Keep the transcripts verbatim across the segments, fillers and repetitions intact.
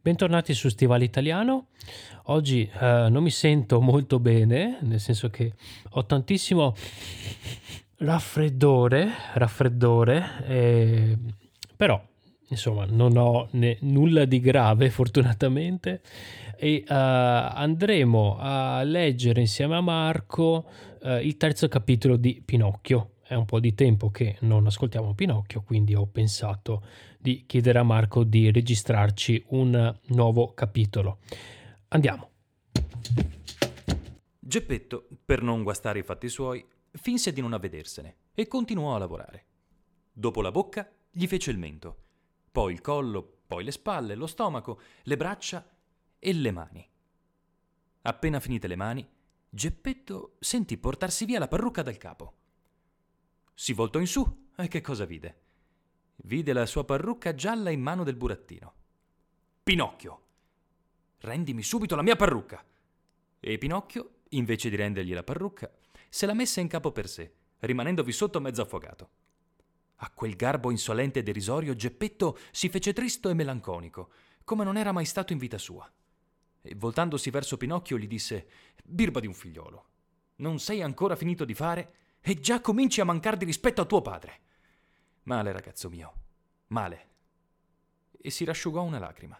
Bentornati su Stivale Italiano. Oggi eh, non mi sento molto bene, nel senso che ho tantissimo raffreddore, raffreddore, eh, però insomma non ho né- nulla di grave fortunatamente e eh, andremo a leggere insieme a Marco eh, il terzo capitolo di Pinocchio. È un po' di tempo che non ascoltiamo Pinocchio, quindi ho pensato di chiedere a Marco di registrarci un nuovo capitolo. Andiamo. Geppetto, per non guastare i fatti suoi, finse di non avvedersene e continuò a lavorare. Dopo la bocca gli fece il mento, poi il collo, poi le spalle, lo stomaco, le braccia e le mani. Appena finite le mani, Geppetto sentì portarsi via la parrucca dal capo. Si voltò in su e che cosa vide? Vide la sua parrucca gialla in mano del burattino. Pinocchio! Rendimi subito la mia parrucca! E Pinocchio, invece di rendergli la parrucca, se la messe in capo per sé, rimanendovi sotto mezzo affogato. A quel garbo insolente e derisorio Geppetto si fece tristo e melanconico, come non era mai stato in vita sua. E voltandosi verso Pinocchio gli disse: «Birba di un figliolo, non sei ancora finito di fare e già cominci a mancar di rispetto a tuo padre. Male, ragazzo mio, male». E si rasciugò una lacrima.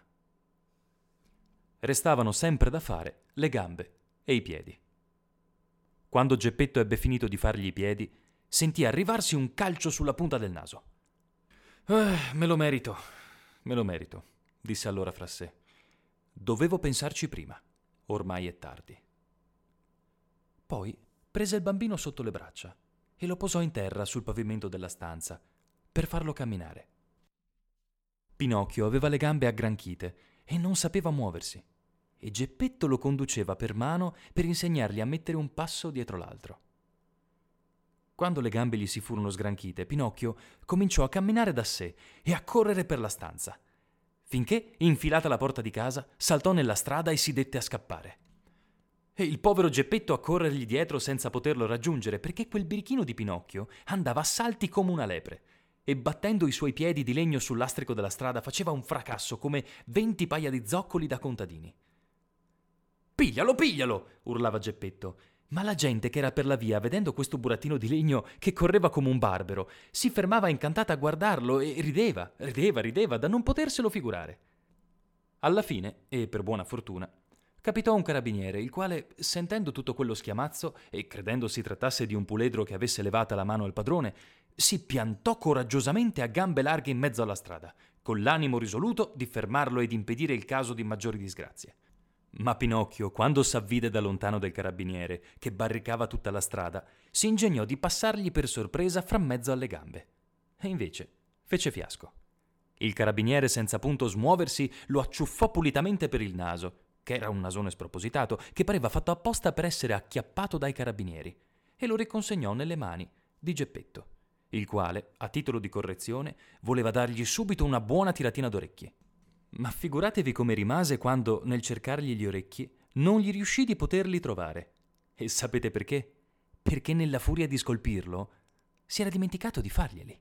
Restavano sempre da fare le gambe e i piedi. Quando Geppetto ebbe finito di fargli i piedi, sentì arrivarsi un calcio sulla punta del naso. Eh, me lo merito, me lo merito, disse allora fra sé. Dovevo pensarci prima, ormai è tardi. Poi prese il bambino sotto le braccia e lo posò in terra sul pavimento della stanza per farlo camminare. Pinocchio aveva le gambe aggranchite e non sapeva muoversi, e Geppetto lo conduceva per mano per insegnargli a mettere un passo dietro l'altro. Quando le gambe gli si furono sgranchite, Pinocchio cominciò a camminare da sé e a correre per la stanza, finché, infilata la porta di casa, saltò nella strada e si dette a scappare. E il povero Geppetto a corrergli dietro senza poterlo raggiungere, perché quel birichino di Pinocchio andava a salti come una lepre, e battendo i suoi piedi di legno sul lastrico della strada faceva un fracasso come venti paia di zoccoli da contadini. «Piglialo, piglialo!» urlava Geppetto. Ma la gente che era per la via, vedendo questo burattino di legno che correva come un barbero, si fermava incantata a guardarlo e rideva, rideva, rideva, da non poterselo figurare. Alla fine, e per buona fortuna, capitò un carabiniere, il quale, sentendo tutto quello schiamazzo e credendo si trattasse di un puledro che avesse levata la mano al padrone, si piantò coraggiosamente a gambe larghe in mezzo alla strada, con l'animo risoluto di fermarlo ed impedire il caso di maggiori disgrazie. Ma Pinocchio, quando s'avvide da lontano del carabiniere, che barricava tutta la strada, si ingegnò di passargli per sorpresa fra mezzo alle gambe. E invece fece fiasco. Il carabiniere, senza punto smuoversi, lo acciuffò pulitamente per il naso, che era un nasone spropositato, che pareva fatto apposta per essere acchiappato dai carabinieri, e lo riconsegnò nelle mani di Geppetto, il quale, a titolo di correzione, voleva dargli subito una buona tiratina d'orecchie. Ma figuratevi come rimase quando, nel cercargli gli orecchi, non gli riuscì di poterli trovare. E sapete perché? Perché nella furia di scolpirlo si era dimenticato di farglieli.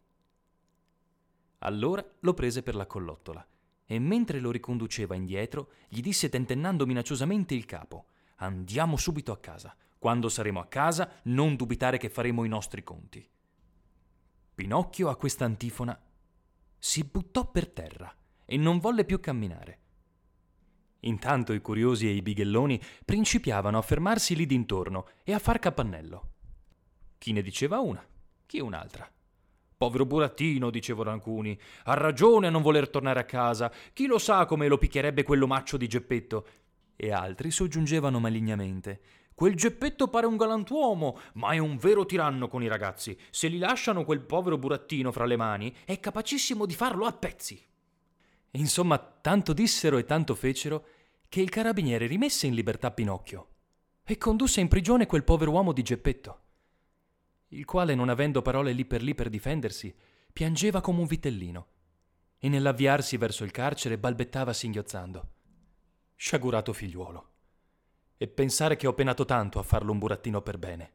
Allora lo prese per la collottola e mentre lo riconduceva indietro gli disse tentennando minacciosamente il capo: «Andiamo subito a casa. Quando saremo a casa non dubitare che faremo i nostri conti». Pinocchio a questa antifona si buttò per terra e non volle più camminare. Intanto i curiosi e i bighelloni principiavano a fermarsi lì d'intorno e a far capannello. Chi ne diceva una, chi un'altra. «Povero burattino», dicevano alcuni, «ha ragione a non voler tornare a casa. Chi lo sa come lo picchierebbe quell'omaccio di Geppetto». E altri soggiungevano malignamente: «Quel Geppetto pare un galantuomo, ma è un vero tiranno con i ragazzi. Se li lasciano quel povero burattino fra le mani, è capacissimo di farlo a pezzi». Insomma, tanto dissero e tanto fecero che il carabiniere rimesse in libertà Pinocchio e condusse in prigione quel povero uomo di Geppetto, il quale, non avendo parole lì per lì per difendersi, piangeva come un vitellino e nell'avviarsi verso il carcere balbettava singhiozzando: «Sciagurato figliuolo, e pensare che ho penato tanto a farlo un burattino per bene.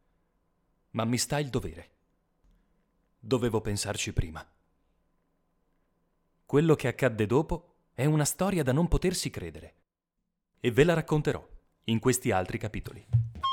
Ma mi sta il dovere. Dovevo pensarci prima». Quello che accadde dopo È una storia da non potersi credere. E ve la racconterò in questi altri capitoli.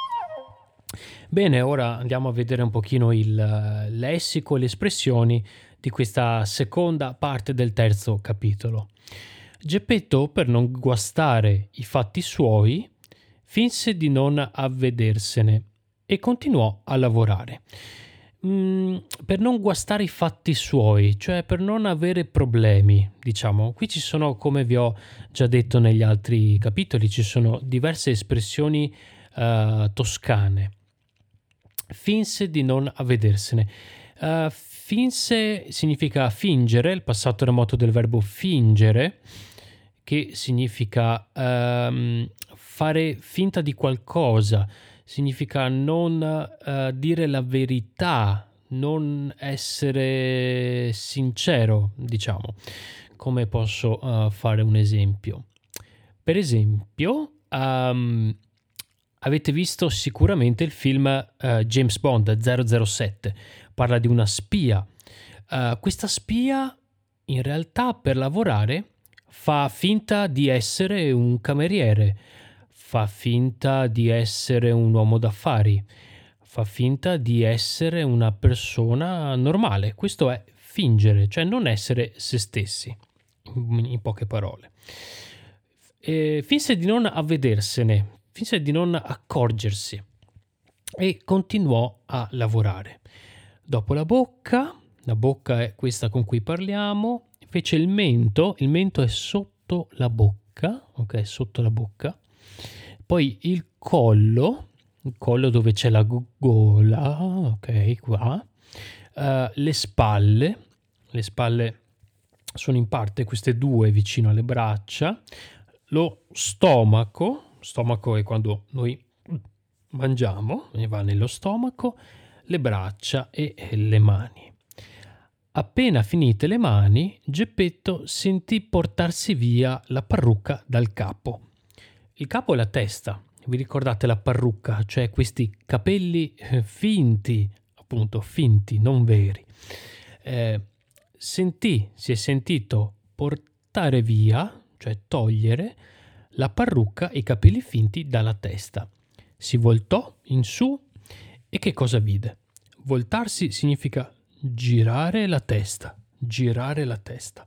Bene, ora andiamo a vedere un pochino il uh, lessico e le espressioni di questa seconda parte del terzo capitolo. Geppetto, per non guastare i fatti suoi, finse di non avvedersene e continuò a lavorare. Mm, per non guastare i fatti suoi, cioè per non avere problemi, diciamo. Qui ci sono, come vi ho già detto negli altri capitoli, ci sono diverse espressioni uh, toscane. Finse di non avvedersene. Uh, finse significa fingere, il passato remoto del verbo fingere, che significa um, fare finta di qualcosa, significa non uh, dire la verità, non essere sincero, diciamo. Come posso uh, fare un esempio? Per esempio, um, avete visto sicuramente il film uh, James Bond zero zero sette, parla di una spia. Uh, questa spia in realtà per lavorare fa finta di essere un cameriere, fa finta di essere un uomo d'affari, fa finta di essere una persona normale. Questo è fingere, cioè non essere se stessi, in, in poche parole. E finse di non avvedersene, finse di non accorgersi e continuò a lavorare. Dopo la bocca, la bocca è questa con cui parliamo, fece il mento, il mento è sotto la bocca, ok, sotto la bocca, poi il collo, il collo dove c'è la gola, ok, qua, uh, le spalle, le spalle sono in parte queste due vicino alle braccia, lo stomaco, stomaco è quando noi mangiamo, e va nello stomaco, le braccia e le mani. Appena finite le mani, Geppetto sentì portarsi via la parrucca dal capo. Il capo è la testa, vi ricordate la parrucca, cioè questi capelli finti, appunto finti, non veri. Eh, sentì, si è sentito portare via, cioè togliere, la parrucca e i capelli finti dalla testa. Si voltò in su e che cosa vide? Voltarsi significa girare la testa, girare la testa.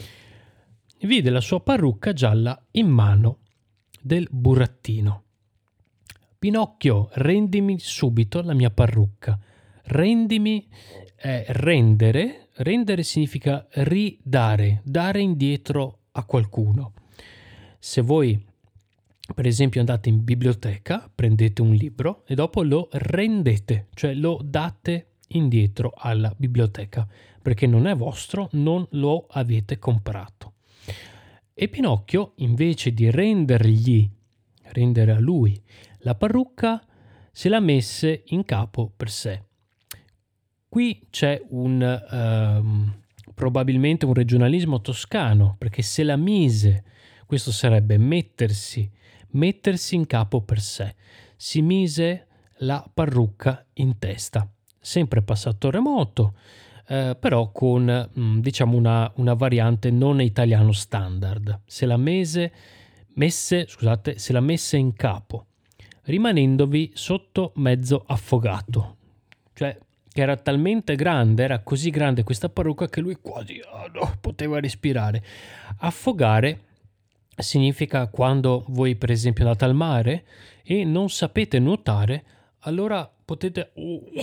Vide la sua parrucca gialla in mano del burattino. Pinocchio, rendimi subito la mia parrucca. Rendimi è rendere, rendere significa ridare, dare indietro a qualcuno. Se voi, per esempio, andate in biblioteca, prendete un libro e dopo lo rendete, cioè lo date indietro alla biblioteca, perché non è vostro, non lo avete comprato. E Pinocchio, invece di rendergli, rendere a lui la parrucca, se la messe in capo per sé. Qui c'è un um, probabilmente un regionalismo toscano, perché se la mise, questo sarebbe mettersi, mettersi in capo per sé. Si mise la parrucca in testa. Sempre passato remoto, eh, però con mh, diciamo una, una variante non italiano standard. Se la mese, messe, scusate, se la messe in capo, rimanendovi sotto mezzo affogato. Cioè, che era talmente grande, era così grande questa parrucca che lui quasi oh no, poteva respirare. Affogare significa quando voi, per esempio, andate al mare e non sapete nuotare, allora potete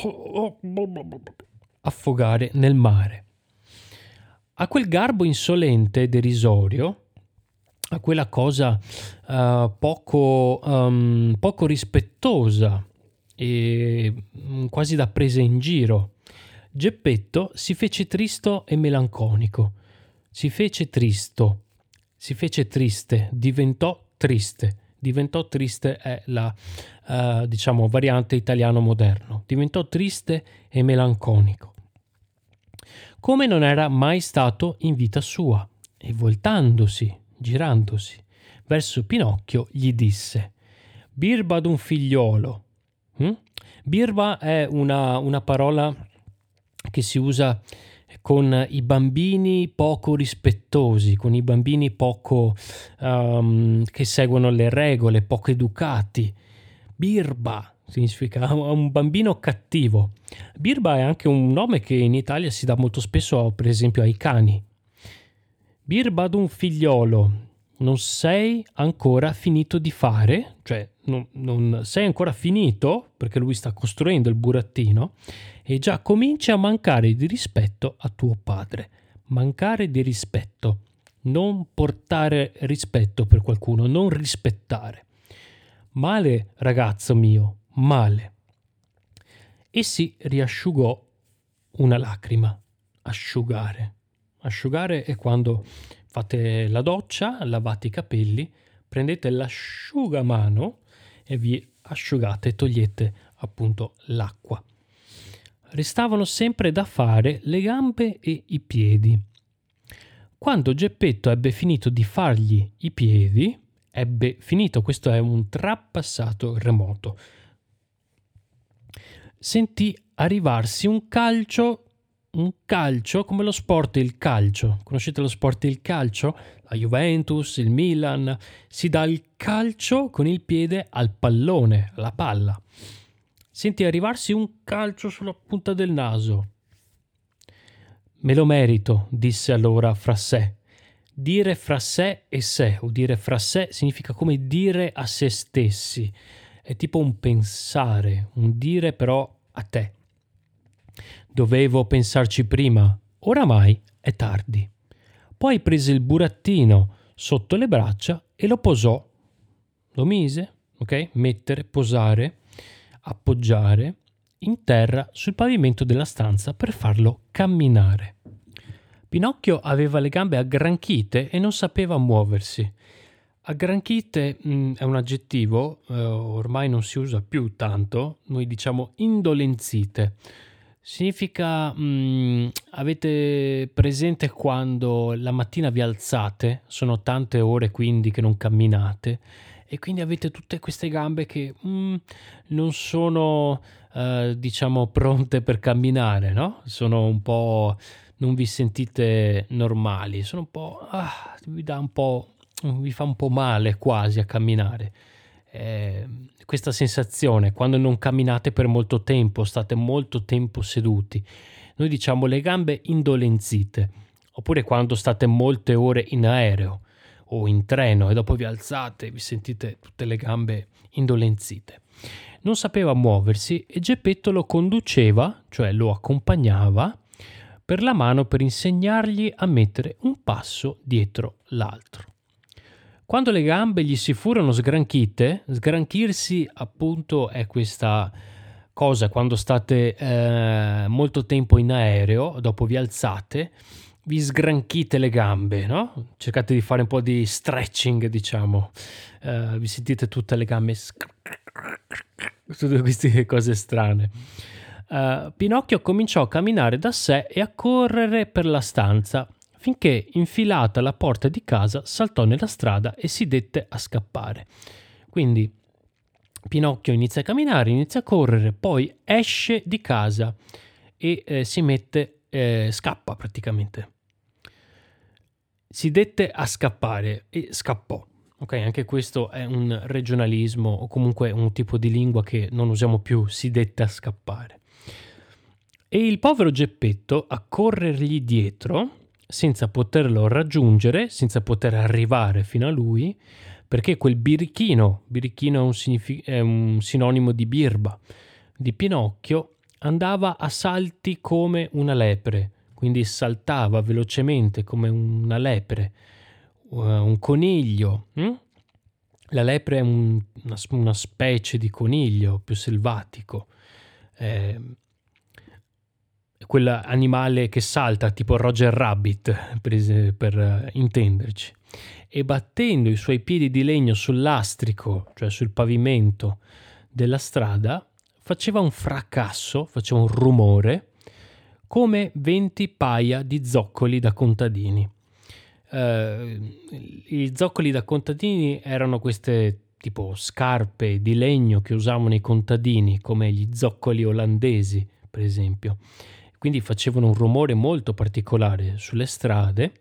affogare nel mare. A quel garbo insolente e derisorio, a quella cosa uh, poco, um, poco rispettosa e quasi da presa in giro, Geppetto si fece tristo e melanconico. Si fece tristo, si fece triste, diventò triste. Diventò triste è la uh, diciamo variante italiano moderno. Diventò triste e melanconico, come non era mai stato in vita sua, e voltandosi, girandosi verso Pinocchio, gli disse: birba d'un figliolo. Hm? Birba è una, una parola che si usa con i bambini poco rispettosi, con i bambini poco um, che seguono le regole, poco educati. Birba significa un bambino cattivo. Birba è anche un nome che in Italia si dà molto spesso, per esempio, ai cani. Birba ad un figliolo, non sei ancora finito di fare, cioè non, non sei ancora finito, perché lui sta costruendo il burattino, e già cominci a mancare di rispetto a tuo padre. Mancare di rispetto, non portare rispetto per qualcuno, non rispettare. Male, ragazzo mio, male. E si riasciugò una lacrima. Asciugare. Asciugare è quando fate la doccia, lavate i capelli, prendete l'asciugamano e vi asciugate, togliete appunto l'acqua. Restavano sempre da fare le gambe e i piedi. Quando Geppetto ebbe finito di fargli i piedi, ebbe finito, questo è un trapassato remoto, sentì arrivarsi un calcio, un calcio come lo sport il calcio. Conoscete lo sport il calcio? La Juventus, il Milan, si dà il calcio con il piede al pallone, alla palla. Sentì arrivarsi un calcio sulla punta del naso. Me lo merito, disse allora fra sé. Dire fra sé e sé, o dire fra sé, significa come dire a se stessi. È tipo un pensare, un dire però a te. Dovevo pensarci prima, oramai è tardi. Poi prese il burattino sotto le braccia e lo posò. Lo mise, ok? Mettere, posare, appoggiare in terra sul pavimento della stanza per farlo camminare. Pinocchio aveva le gambe aggranchite e non sapeva muoversi. Aggranchite mh, è un aggettivo, eh, ormai non si usa più tanto, noi diciamo indolenzite. Significa, mh, avete presente quando la mattina vi alzate, sono tante ore quindi che non camminate, e quindi avete tutte queste gambe che mh, non sono, eh, diciamo, pronte per camminare, no? Sono un po', non vi sentite normali, sono un po', ah, vi dà un po', vi fa un po' male quasi a camminare. Eh, questa sensazione quando non camminate per molto tempo, state molto tempo seduti, noi diciamo le gambe indolenzite, oppure quando state molte ore in aereo o in treno e dopo vi alzate, vi sentite tutte le gambe indolenzite. Non sapeva muoversi e Geppetto lo conduceva, cioè lo accompagnava per la mano per insegnargli a mettere un passo dietro l'altro. Quando le gambe gli si furono sgranchite, sgranchirsi appunto è questa cosa quando state eh, molto tempo in aereo, dopo vi alzate, vi sgranchite le gambe, no? Cercate di fare un po' di stretching, diciamo, eh, vi sentite tutte le gambe, tutte queste cose strane. Uh, Pinocchio cominciò a camminare da sé e a correre per la stanza, finché, infilata la porta di casa, saltò nella strada e si dette a scappare. Quindi Pinocchio inizia a camminare, inizia a correre, poi esce di casa e eh, si mette, eh, scappa praticamente. Si dette a scappare e scappò. Ok, anche questo è un regionalismo o comunque un tipo di lingua che non usiamo più, si dette a scappare. E il povero Geppetto a corrergli dietro, senza poterlo raggiungere, senza poter arrivare fino a lui, perché quel birichino, birichino è un, signific- è un sinonimo di birba, di Pinocchio, andava a salti come una lepre, quindi saltava velocemente come una lepre, uh, un coniglio. Hm? La lepre è un, una, una specie di coniglio più selvatico, eh, quell'animale che salta tipo Roger Rabbit, per, per intenderci, e battendo i suoi piedi di legno sul lastrico, cioè sul pavimento della strada, faceva un fracasso, faceva un rumore come venti paia di zoccoli da contadini. Uh, i zoccoli da contadini erano queste tipo scarpe di legno che usavano i contadini, come gli zoccoli olandesi, per esempio. quindi facevano un rumore molto particolare sulle strade,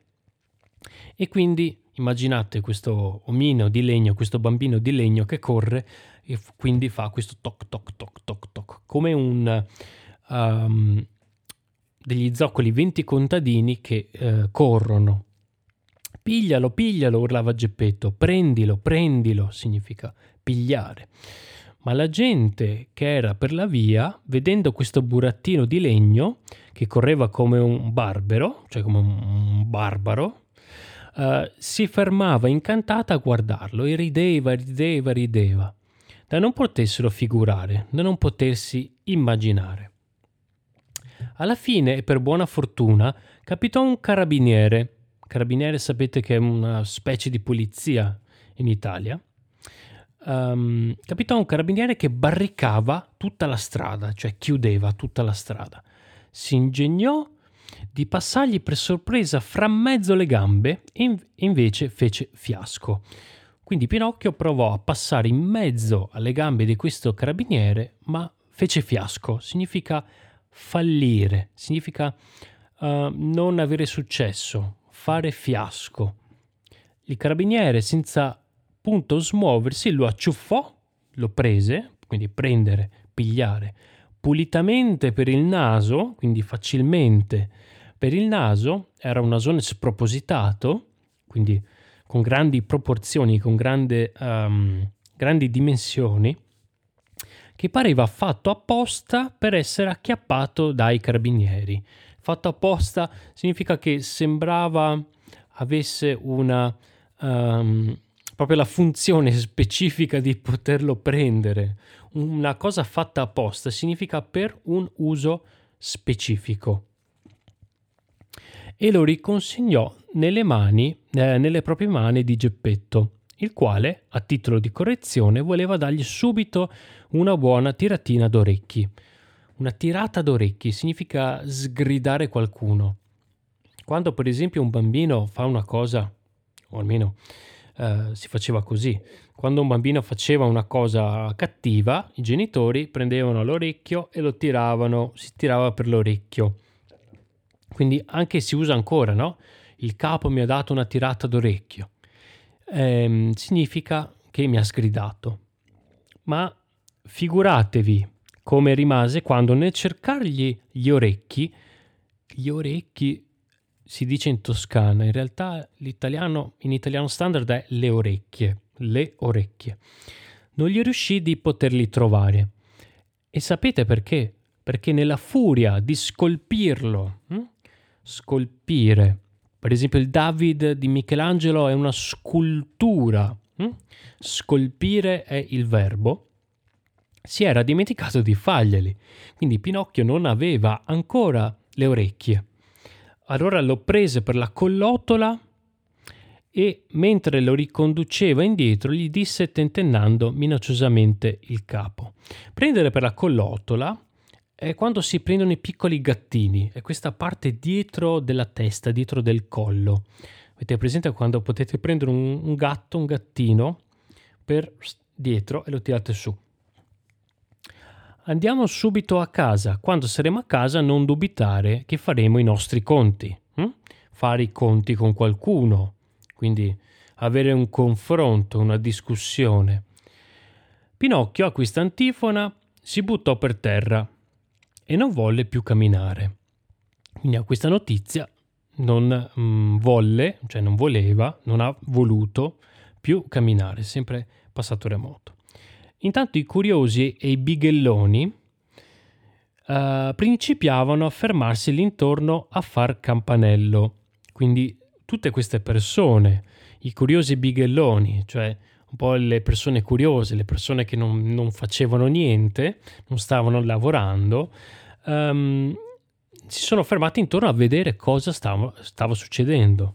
e quindi immaginate questo omino di legno, questo bambino di legno che corre e f- quindi fa questo toc toc toc toc toc, come un um, degli zoccoli venti contadini che uh, corrono. Piglialo, piglialo, urlava Geppetto, prendilo, prendilo, significa pigliare. Ma la gente che era per la via, vedendo questo burattino di legno che correva come un barbero, cioè come un barbaro, Uh, si fermava incantata a guardarlo e rideva, rideva, rideva, da non poterselo figurare, da non potersi immaginare. Alla fine, e per buona fortuna, capitò un carabiniere. Carabiniere sapete che è una specie di polizia in Italia. Um, capitò un carabiniere che barricava tutta la strada, cioè chiudeva tutta la strada. Si ingegnò di passargli per sorpresa fra mezzo le gambe e in- invece fece fiasco. Quindi Pinocchio provò a passare in mezzo alle gambe di questo carabiniere, ma fece fiasco. Significa fallire, significa uh, non avere successo, fare fiasco. Il carabiniere, senza appunto smuoversi, lo acciuffò, lo prese, quindi prendere, pigliare, pulitamente per il naso, quindi facilmente per il naso, era un nasone spropositato, quindi con grandi proporzioni, con grande, um, grandi dimensioni, che pareva fatto apposta per essere acchiappato dai carabinieri. Fatto apposta significa che sembrava avesse una um, proprio la funzione specifica di poterlo prendere. Una cosa fatta apposta significa per un uso specifico. E lo riconsegnò nelle mani, eh, nelle proprie mani di Geppetto, il quale, a titolo di correzione, voleva dargli subito una buona tiratina d'orecchi. Una tirata d'orecchi significa sgridare qualcuno. Quando, per esempio, un bambino fa una cosa, o almeno eh, si faceva così, quando un bambino faceva una cosa cattiva, i genitori prendevano l'orecchio e lo tiravano, si tirava per l'orecchio. Quindi anche si usa ancora, no? Il capo mi ha dato una tirata d'orecchio. Ehm, significa che mi ha sgridato. Ma figuratevi come rimase quando nel cercargli gli orecchi, gli orecchi si dice in toscana, in realtà l'italiano, in italiano standard è le orecchie, le orecchie. Non gli riuscì di poterli trovare. E sapete perché? Perché nella furia di scolpirlo, hm? scolpire, per esempio il David di Michelangelo è una scultura, hm? Scolpire è il verbo, si era dimenticato di farglieli, quindi Pinocchio non aveva ancora le orecchie. Allora lo prese per la collottola e mentre lo riconduceva indietro gli disse tentennando minacciosamente il capo. Prendere per la collottola è quando si prendono i piccoli gattini, è questa parte dietro della testa, dietro del collo. Avete presente quando potete prendere un, un gatto, un gattino, per dietro e lo tirate su. Andiamo subito a casa. Quando saremo a casa non dubitare che faremo i nostri conti. Hm? Fare i conti con qualcuno, quindi avere un confronto, una discussione. Pinocchio a questa antifona si buttò per terra e non volle più camminare. Quindi a questa notizia non mm, volle, cioè non voleva, non ha voluto più camminare, sempre passato remoto. Intanto i curiosi e i bighelloni uh, principiavano a fermarsi l'intorno a far campanello. Quindi tutte queste persone, i curiosi bighelloni, cioè un po' le persone curiose, le persone che non, non facevano niente, non stavano lavorando, um, si sono fermati intorno a vedere cosa stava, stava succedendo.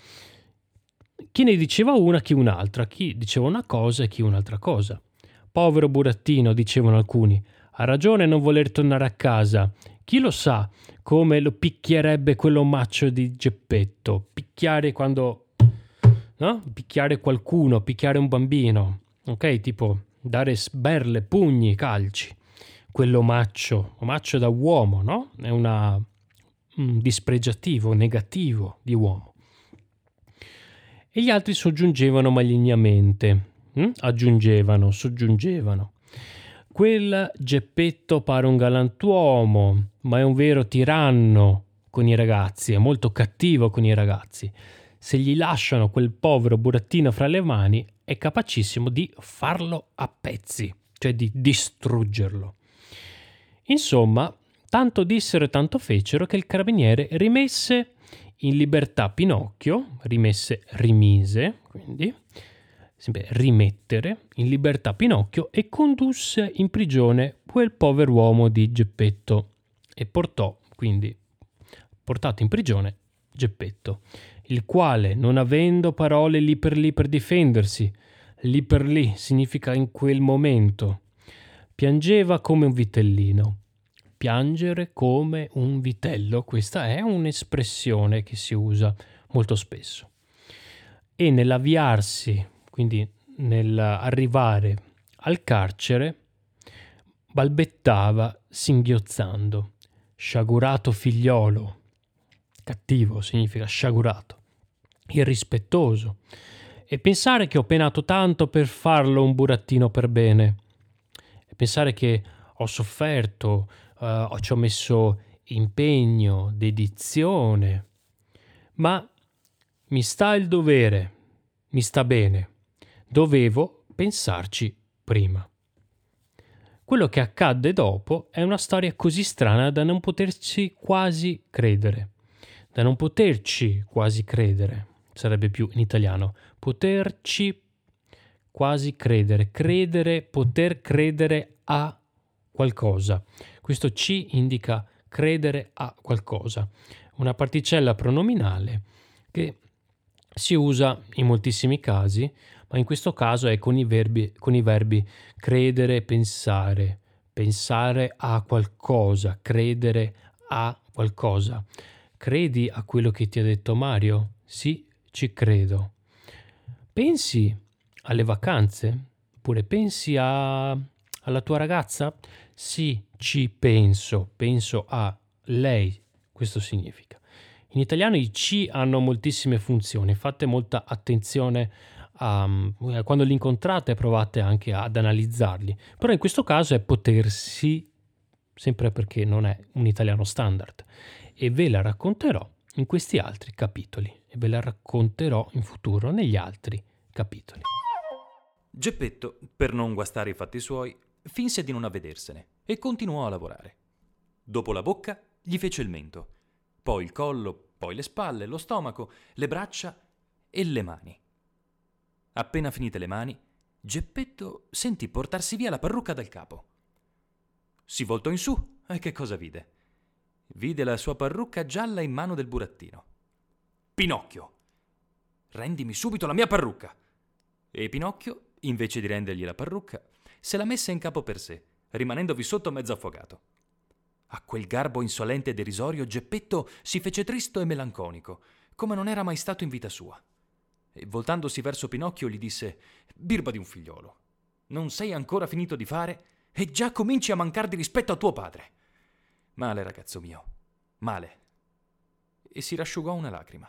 Chi ne diceva una, chi un'altra, chi diceva una cosa e chi un'altra cosa. Povero burattino, dicevano alcuni, ha ragione a non voler tornare a casa. Chi lo sa come lo picchierebbe quell'omaccio di Geppetto? Picchiare quando... no? Picchiare qualcuno, picchiare un bambino, ok? Tipo dare sberle, pugni, calci. Quell'omaccio, omaccio da uomo, no? È una mm, dispregiativo, negativo di uomo. E gli altri soggiungevano malignamente, hm? aggiungevano, soggiungevano. Quel Geppetto pare un galantuomo, ma è un vero tiranno con i ragazzi, è molto cattivo con i ragazzi. Se gli lasciano quel povero burattino fra le mani, è capacissimo di farlo a pezzi, cioè di distruggerlo. Insomma, tanto dissero e tanto fecero che il carabiniere rimesse in libertà Pinocchio, rimesse, rimise, quindi, sempre rimettere in libertà Pinocchio e condusse in prigione quel pover'uomo di Geppetto e portò, quindi, portato in prigione Geppetto, il quale, non avendo parole lì per lì per difendersi, lì per lì significa in quel momento, piangeva come un vitellino. Piangere come un vitello, questa è un'espressione che si usa molto spesso. E nell'avviarsi, quindi nell'arrivare al carcere, balbettava singhiozzando: sciagurato figliolo. Cattivo significa sciagurato, irrispettoso. E pensare che ho penato tanto per farlo un burattino per bene. E pensare che ho sofferto, uh, ci ho messo impegno, dedizione, ma mi sta il dovere, mi sta bene. Dovevo pensarci prima. Quello che accadde dopo è una storia così strana da non poterci quasi credere. Da non poterci quasi credere, sarebbe più in italiano. Poterci quasi credere. Credere, poter credere a qualcosa. Questo ci indica credere a qualcosa. Una particella pronominale che si usa in moltissimi casi, ma in questo caso è con i verbi, con i verbi credere, pensare, pensare a qualcosa, credere a qualcosa. Credi a quello che ti ha detto Mario? Sì, ci credo. Pensi alle vacanze? Oppure pensi a... alla tua ragazza? Sì, ci penso, penso a lei. Questo significa. In italiano i ci hanno moltissime funzioni, fate molta attenzione a, quando li incontrate, provate anche ad analizzarli. Però in questo caso è potersi, sempre perché non è un italiano standard. E ve la racconterò in questi altri capitoli. E ve la racconterò in futuro negli altri capitoli. Geppetto, per non guastare i fatti suoi, finse di non avvedersene e continuò a lavorare. Dopo la bocca gli fece il mento, poi il collo, poi le spalle, lo stomaco, le braccia e le mani. Appena finite le mani, Geppetto sentì portarsi via la parrucca dal capo. Si voltò in su e che cosa vide? Vide la sua parrucca gialla in mano del burattino. Pinocchio! Rendimi subito la mia parrucca! E Pinocchio, invece di rendergli la parrucca, se la messe in capo per sé, rimanendovi sotto mezzo affogato. A quel garbo insolente e derisorio Geppetto si fece tristo e melanconico, come non era mai stato in vita sua. E voltandosi verso Pinocchio gli disse: «Birba di un figliolo, non sei ancora finito di fare e già cominci a mancar di rispetto a tuo padre. Male, ragazzo mio, male». E si rasciugò una lacrima.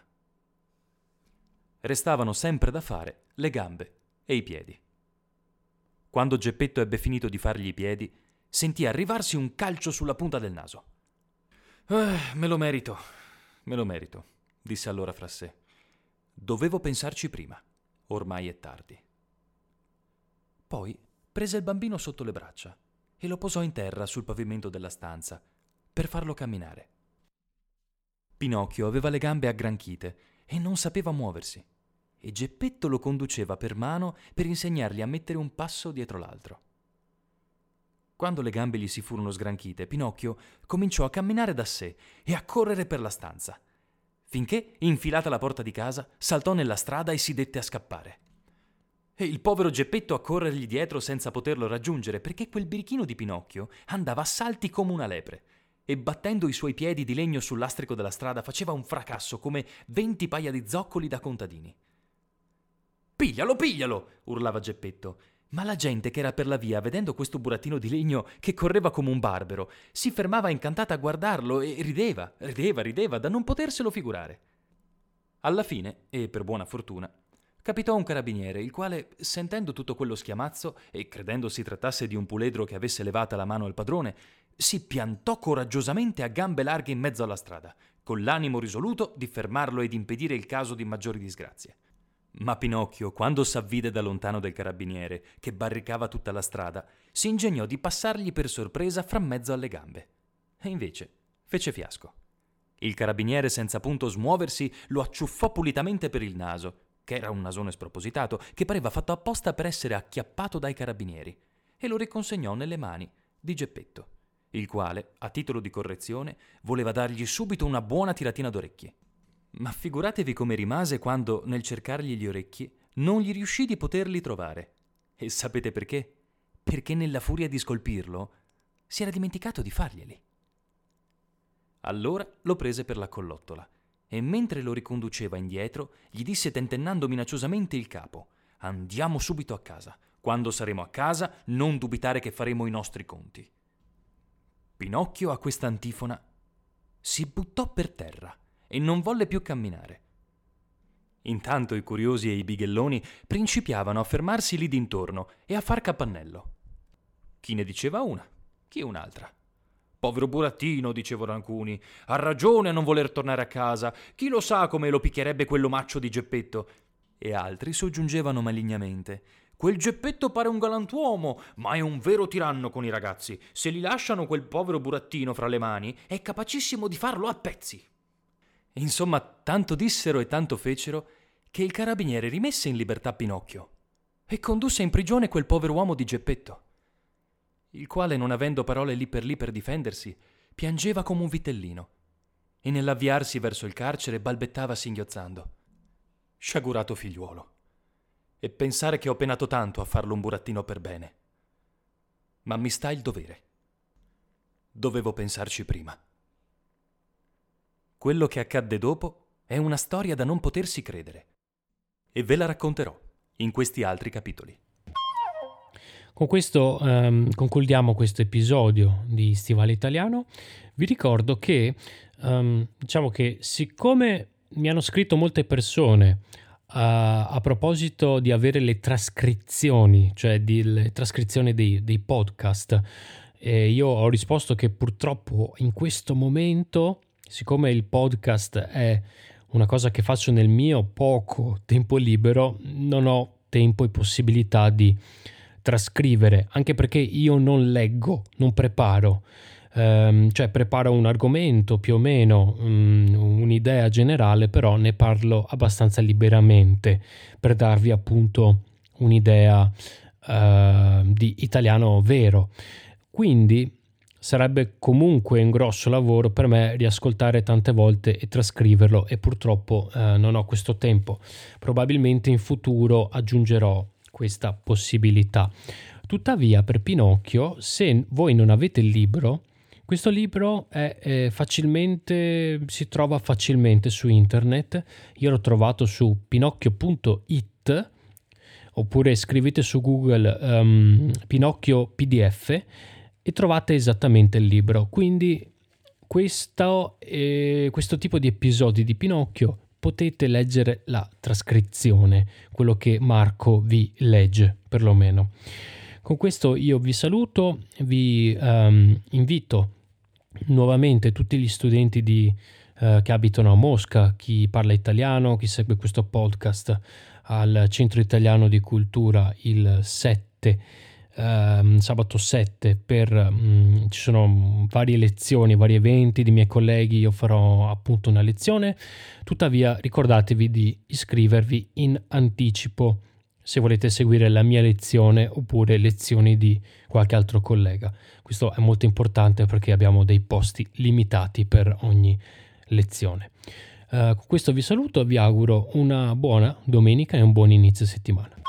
Restavano sempre da fare le gambe e i piedi. Quando Geppetto ebbe finito di fargli i piedi, sentì arrivarsi un calcio sulla punta del naso. Eh, me lo merito, me lo merito, disse allora fra sé. Dovevo pensarci prima, ormai è tardi. Poi prese il bambino sotto le braccia e lo posò in terra sul pavimento della stanza per farlo camminare. Pinocchio aveva le gambe aggranchite e non sapeva muoversi, e Geppetto lo conduceva per mano per insegnargli a mettere un passo dietro l'altro. Quando le gambe gli si furono sgranchite, Pinocchio cominciò a camminare da sé e a correre per la stanza, finché, infilata la porta di casa, saltò nella strada e si dette a scappare. E il povero Geppetto a corrergli dietro senza poterlo raggiungere, perché quel birichino di Pinocchio andava a salti come una lepre e, battendo i suoi piedi di legno sul lastrico della strada, faceva un fracasso come venti paia di zoccoli da contadini. «Piglialo, piglialo!» urlava Geppetto. Ma la gente che era per la via, vedendo questo burattino di legno che correva come un barbero, si fermava incantata a guardarlo e rideva, rideva, rideva, da non poterselo figurare. Alla fine, e per buona fortuna, capitò un carabiniere, il quale, sentendo tutto quello schiamazzo e credendo si trattasse di un puledro che avesse levata la mano al padrone, si piantò coraggiosamente a gambe larghe in mezzo alla strada, con l'animo risoluto di fermarlo ed impedire il caso di maggiori disgrazie. Ma Pinocchio, quando s'avvide da lontano del carabiniere, che barricava tutta la strada, si ingegnò di passargli per sorpresa fra mezzo alle gambe. E invece fece fiasco. Il carabiniere, senza punto smuoversi, lo acciuffò pulitamente per il naso, che era un nasone spropositato, che pareva fatto apposta per essere acchiappato dai carabinieri, e lo riconsegnò nelle mani di Geppetto, il quale, a titolo di correzione, voleva dargli subito una buona tiratina d'orecchie. Ma figuratevi come rimase quando, nel cercargli gli orecchi, non gli riuscì di poterli trovare. E sapete perché? Perché nella furia di scolpirlo si era dimenticato di farglieli. Allora lo prese per la collottola e mentre lo riconduceva indietro gli disse tentennando minacciosamente il capo: «Andiamo subito a casa. Quando saremo a casa non dubitare che faremo i nostri conti». Pinocchio a questa antifona si buttò per terra e non volle più camminare. Intanto i curiosi e i bighelloni principiavano a fermarsi lì d'intorno e a far capannello. Chi ne diceva una, chi un'altra. «Povero burattino», dicevano alcuni, «ha ragione a non voler tornare a casa. Chi lo sa come lo picchierebbe quell'omaccio di Geppetto». E altri soggiungevano malignamente: «Quel Geppetto pare un galantuomo, ma è un vero tiranno con i ragazzi. Se li lasciano quel povero burattino fra le mani, è capacissimo di farlo a pezzi». Insomma, tanto dissero e tanto fecero che il carabiniere rimesse in libertà Pinocchio e condusse in prigione quel povero uomo di Geppetto, il quale, non avendo parole lì per lì per difendersi, piangeva come un vitellino e nell'avviarsi verso il carcere balbettava singhiozzando: «Sciagurato figliuolo, e pensare che ho penato tanto a farlo un burattino per bene. Ma mi sta il dovere. Dovevo pensarci prima». Quello che accadde dopo è una storia da non potersi credere e ve la racconterò in questi altri capitoli. Con questo um, concludiamo questo episodio di Stivale Italiano. Vi ricordo che um, diciamo che siccome mi hanno scritto molte persone uh, a proposito di avere le trascrizioni, cioè di, le trascrizioni dei, dei podcast, eh, io ho risposto che purtroppo in questo momento, siccome il podcast è una cosa che faccio nel mio poco tempo libero, non ho tempo e possibilità di trascrivere, anche perché io non leggo, non preparo, ehm, cioè preparo un argomento più o meno, um, un'idea generale, però ne parlo abbastanza liberamente per darvi appunto un'idea uh, di italiano vero. Quindi sarebbe comunque un grosso lavoro per me riascoltare tante volte e trascriverlo e purtroppo eh, non ho questo tempo. Probabilmente in futuro aggiungerò questa possibilità. Tuttavia per Pinocchio, se voi non avete il libro, questo libro è, è facilmente, si trova facilmente su internet. Io l'ho trovato su pinocchio punto it oppure scrivete su Google um, Pinocchio P D F e trovate esattamente il libro. Quindi questo, eh, questo tipo di episodi di Pinocchio potete leggere la trascrizione, quello che Marco vi legge perlomeno. Con questo io vi saluto, vi um, invito nuovamente tutti gli studenti di, uh, che abitano a Mosca, chi parla italiano, chi segue questo podcast, al Centro Italiano di Cultura il sette Uh, sabato sette per um, ci sono varie lezioni, vari eventi di miei colleghi, io farò appunto una lezione. Tuttavia ricordatevi di iscrivervi in anticipo se volete seguire la mia lezione oppure lezioni di qualche altro collega. Questo è molto importante perché abbiamo dei posti limitati per ogni lezione. Uh, con questo vi saluto e vi auguro una buona domenica e un buon inizio settimana.